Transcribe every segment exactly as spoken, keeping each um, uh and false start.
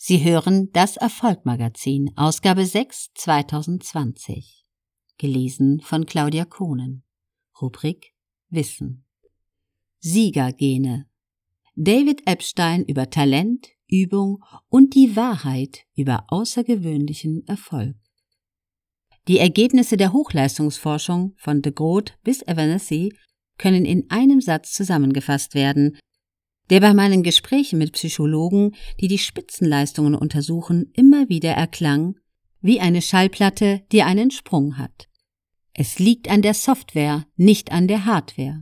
Sie hören das Erfolg-Magazin, Ausgabe sechs, zweitausendzwanzig. Gelesen von Claudia Kohnen. Rubrik Wissen. Siegergene. David Epstein über Talent, Übung und die Wahrheit über außergewöhnlichen Erfolg. Die Ergebnisse der Hochleistungsforschung von de Groot bis Evanescence können in einem Satz zusammengefasst werden, der bei meinen Gesprächen mit Psychologen, die die Spitzenleistungen untersuchen, immer wieder erklang, wie eine Schallplatte, die einen Sprung hat. Es liegt an der Software, nicht an der Hardware.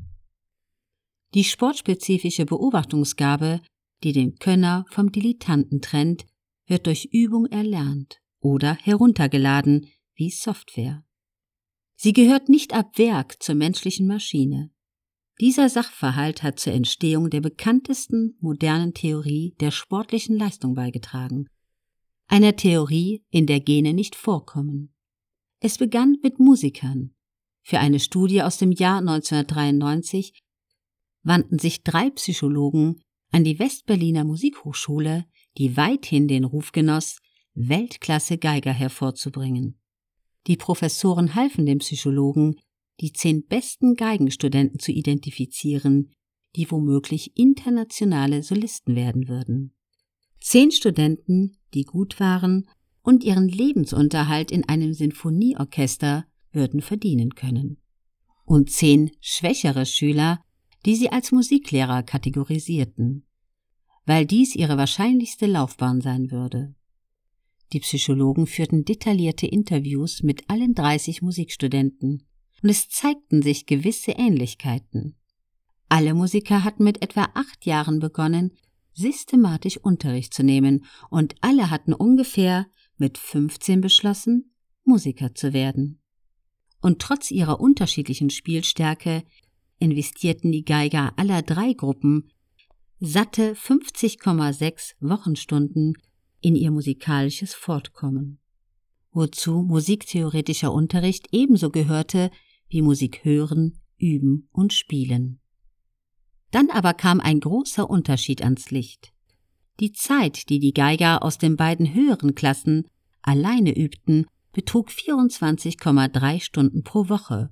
Die sportspezifische Beobachtungsgabe, die den Könner vom Dilettanten trennt, wird durch Übung erlernt oder heruntergeladen wie Software. Sie gehört nicht ab Werk zur menschlichen Maschine. Dieser Sachverhalt hat zur Entstehung der bekanntesten modernen Theorie der sportlichen Leistung beigetragen. Einer Theorie, in der Gene nicht vorkommen. Es begann mit Musikern. Für eine Studie aus dem Jahr neunzehnhundertdreiundneunzig wandten sich drei Psychologen an die Westberliner Musikhochschule, die weithin den Ruf genoss, Weltklasse-Geiger hervorzubringen. Die Professoren halfen den Psychologen, die zehn besten Geigenstudenten zu identifizieren, die womöglich internationale Solisten werden würden. Zehn Studenten, die gut waren und ihren Lebensunterhalt in einem Sinfonieorchester würden verdienen können. Und zehn schwächere Schüler, die sie als Musiklehrer kategorisierten, weil dies ihre wahrscheinlichste Laufbahn sein würde. Die Psychologen führten detaillierte Interviews mit allen dreißig Musikstudenten, und es zeigten sich gewisse Ähnlichkeiten. Alle Musiker hatten mit etwa acht Jahren begonnen, systematisch Unterricht zu nehmen, und alle hatten ungefähr mit fünfzehn beschlossen, Musiker zu werden. Und trotz ihrer unterschiedlichen Spielstärke investierten die Geiger aller drei Gruppen satte fünfzig Komma sechs Wochenstunden in ihr musikalisches Fortkommen, wozu musiktheoretischer Unterricht ebenso gehörte wie Musik hören, üben und spielen. Dann aber kam ein großer Unterschied ans Licht. Die Zeit, die die Geiger aus den beiden höheren Klassen alleine übten, betrug vierundzwanzig Komma drei Stunden pro Woche,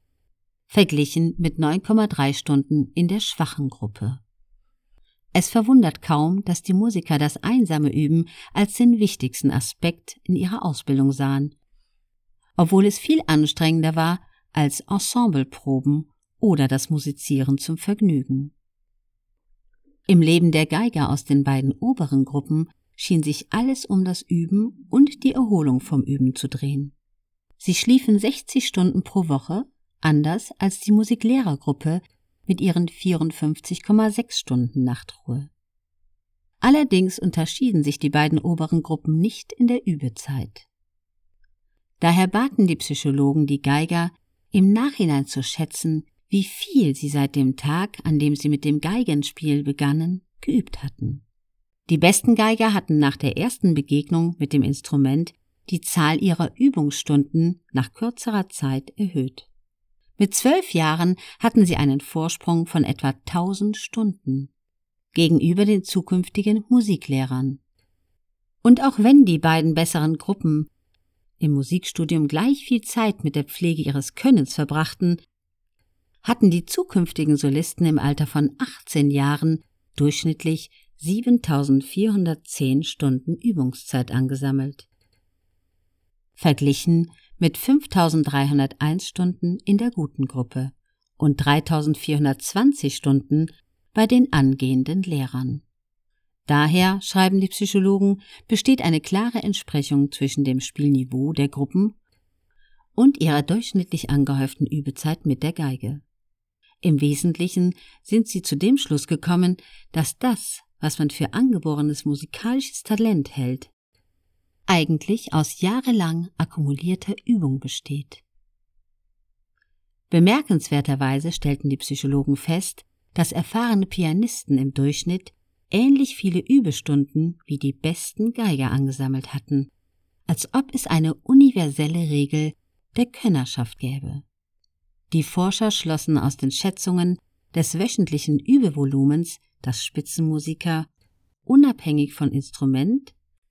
verglichen mit neun Komma drei Stunden in der schwachen Gruppe. Es verwundert kaum, dass die Musiker das einsame Üben als den wichtigsten Aspekt in ihrer Ausbildung sahen, obwohl es viel anstrengender war als Ensembleproben oder das Musizieren zum Vergnügen. Im Leben der Geiger aus den beiden oberen Gruppen schien sich alles um das Üben und die Erholung vom Üben zu drehen. Sie schliefen sechzig Stunden pro Woche, anders als die Musiklehrergruppe mit ihren vierundfünfzig Komma sechs Stunden Nachtruhe. Allerdings unterschieden sich die beiden oberen Gruppen nicht in der Übezeit. Daher baten die Psychologen die Geiger, im Nachhinein zu schätzen, wie viel sie seit dem Tag, an dem sie mit dem Geigenspiel begannen, geübt hatten. Die besten Geiger hatten nach der ersten Begegnung mit dem Instrument die Zahl ihrer Übungsstunden nach kürzerer Zeit erhöht. Mit zwölf Jahren hatten sie einen Vorsprung von etwa tausend Stunden gegenüber den zukünftigen Musiklehrern. Und auch wenn die beiden besseren Gruppen im Musikstudium gleich viel Zeit mit der Pflege ihres Könnens verbrachten, hatten die zukünftigen Solisten im Alter von achtzehn Jahren durchschnittlich siebentausendvierhundertzehn Stunden Übungszeit angesammelt, verglichen mit fünftausenddreihunderteins Stunden in der guten Gruppe und dreitausendvierhundertzwanzig Stunden bei den angehenden Lehrern. Daher, schreiben die Psychologen, besteht eine klare Entsprechung zwischen dem Spielniveau der Gruppen und ihrer durchschnittlich angehäuften Übezeit mit der Geige. Im Wesentlichen sind sie zu dem Schluss gekommen, dass das, was man für angeborenes musikalisches Talent hält, eigentlich aus jahrelang akkumulierter Übung besteht. Bemerkenswerterweise stellten die Psychologen fest, dass erfahrene Pianisten im Durchschnitt ähnlich viele Übestunden wie die besten Geiger angesammelt hatten, als ob es eine universelle Regel der Könnerschaft gäbe. Die Forscher schlossen aus den Schätzungen des wöchentlichen Übevolumens, dass Spitzenmusiker, unabhängig von Instrument,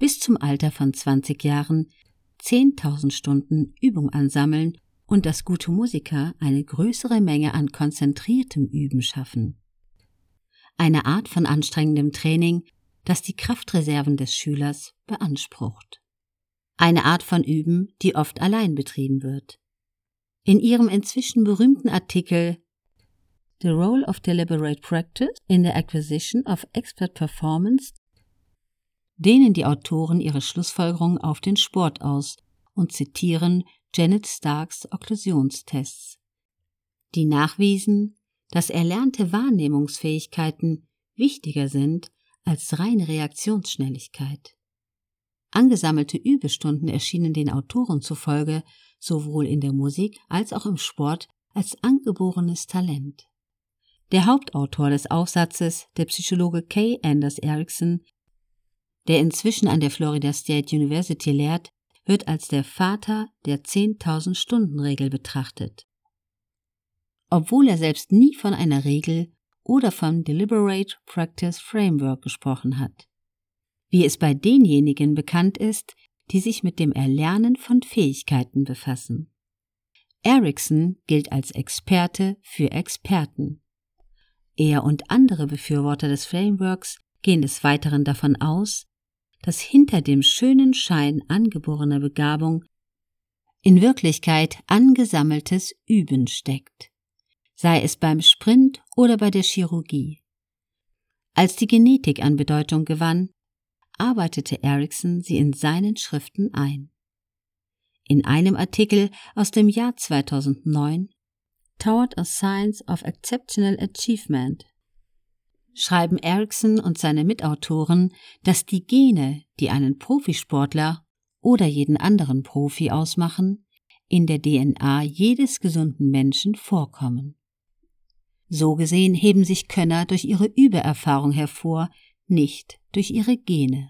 bis zum Alter von zwanzig Jahren zehntausend Stunden Übung ansammeln und dass gute Musiker eine größere Menge an konzentriertem Üben schaffen. Eine Art von anstrengendem Training, das die Kraftreserven des Schülers beansprucht. Eine Art von Üben, die oft allein betrieben wird. In ihrem inzwischen berühmten Artikel The Role of Deliberate Practice in the Acquisition of Expert Performance dehnen die Autoren ihre Schlussfolgerungen auf den Sport aus und zitieren Janet Starks Okklusionstests, die nachwiesen, dass erlernte Wahrnehmungsfähigkeiten wichtiger sind als reine Reaktionsschnelligkeit. Angesammelte Übestunden erschienen den Autoren zufolge sowohl in der Musik als auch im Sport als angeborenes Talent. Der Hauptautor des Aufsatzes, der Psychologe Kay Anders Erickson, der inzwischen an der Florida State University lehrt, wird als der Vater der zehntausend-Stunden-Regel betrachtet. Obwohl er selbst nie von einer Regel oder vom Deliberate Practice Framework gesprochen hat, wie es bei denjenigen bekannt ist, die sich mit dem Erlernen von Fähigkeiten befassen. Erickson gilt als Experte für Experten. Er und andere Befürworter des Frameworks gehen des Weiteren davon aus, dass hinter dem schönen Schein angeborener Begabung in Wirklichkeit angesammeltes Üben steckt, sei es beim Sprint oder bei der Chirurgie. Als die Genetik an Bedeutung gewann, arbeitete Erickson sie in seinen Schriften ein. In einem Artikel aus dem Jahr zweitausendneun, Toward a Science of Exceptional Achievement, schreiben Erickson und seine Mitautoren, dass die Gene, die einen Profisportler oder jeden anderen Profi ausmachen, in der D N A jedes gesunden Menschen vorkommen. So gesehen heben sich Könner durch ihre Übererfahrung hervor, nicht durch ihre Gene.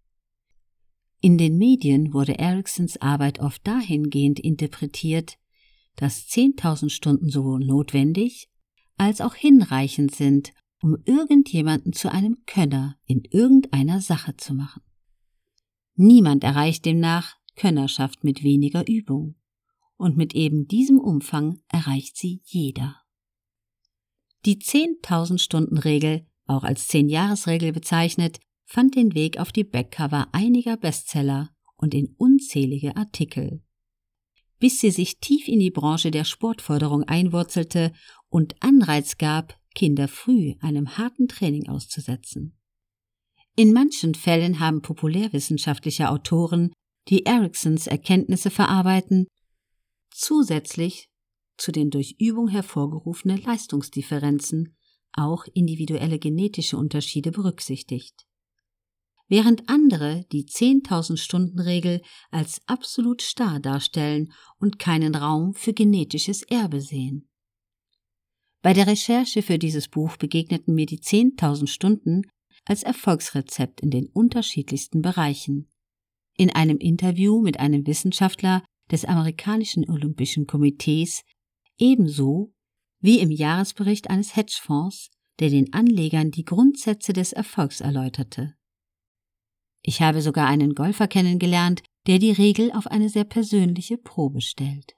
In den Medien wurde Ericksons Arbeit oft dahingehend interpretiert, dass zehntausend Stunden sowohl notwendig als auch hinreichend sind, um irgendjemanden zu einem Könner in irgendeiner Sache zu machen. Niemand erreicht demnach Könnerschaft mit weniger Übung, und mit eben diesem Umfang erreicht sie jeder. Die zehntausend-Stunden-Regel, auch als Zehn-Jahres-Regel bezeichnet, fand den Weg auf die Backcover einiger Bestseller und in unzählige Artikel, bis sie sich tief in die Branche der Sportförderung einwurzelte und Anreiz gab, Kinder früh einem harten Training auszusetzen. In manchen Fällen haben populärwissenschaftliche Autoren, die Ericksons Erkenntnisse verarbeiten, zusätzlich zu den durch Übung hervorgerufenen Leistungsdifferenzen auch individuelle genetische Unterschiede berücksichtigt. Während andere die zehntausend-Stunden-Regel als absolut starr darstellen und keinen Raum für genetisches Erbe sehen. Bei der Recherche für dieses Buch begegneten mir die zehntausend Stunden als Erfolgsrezept in den unterschiedlichsten Bereichen. In einem Interview mit einem Wissenschaftler des amerikanischen Olympischen Komitees ebenso wie im Jahresbericht eines Hedgefonds, der den Anlegern die Grundsätze des Erfolgs erläuterte. Ich habe sogar einen Golfer kennengelernt, der die Regel auf eine sehr persönliche Probe stellt.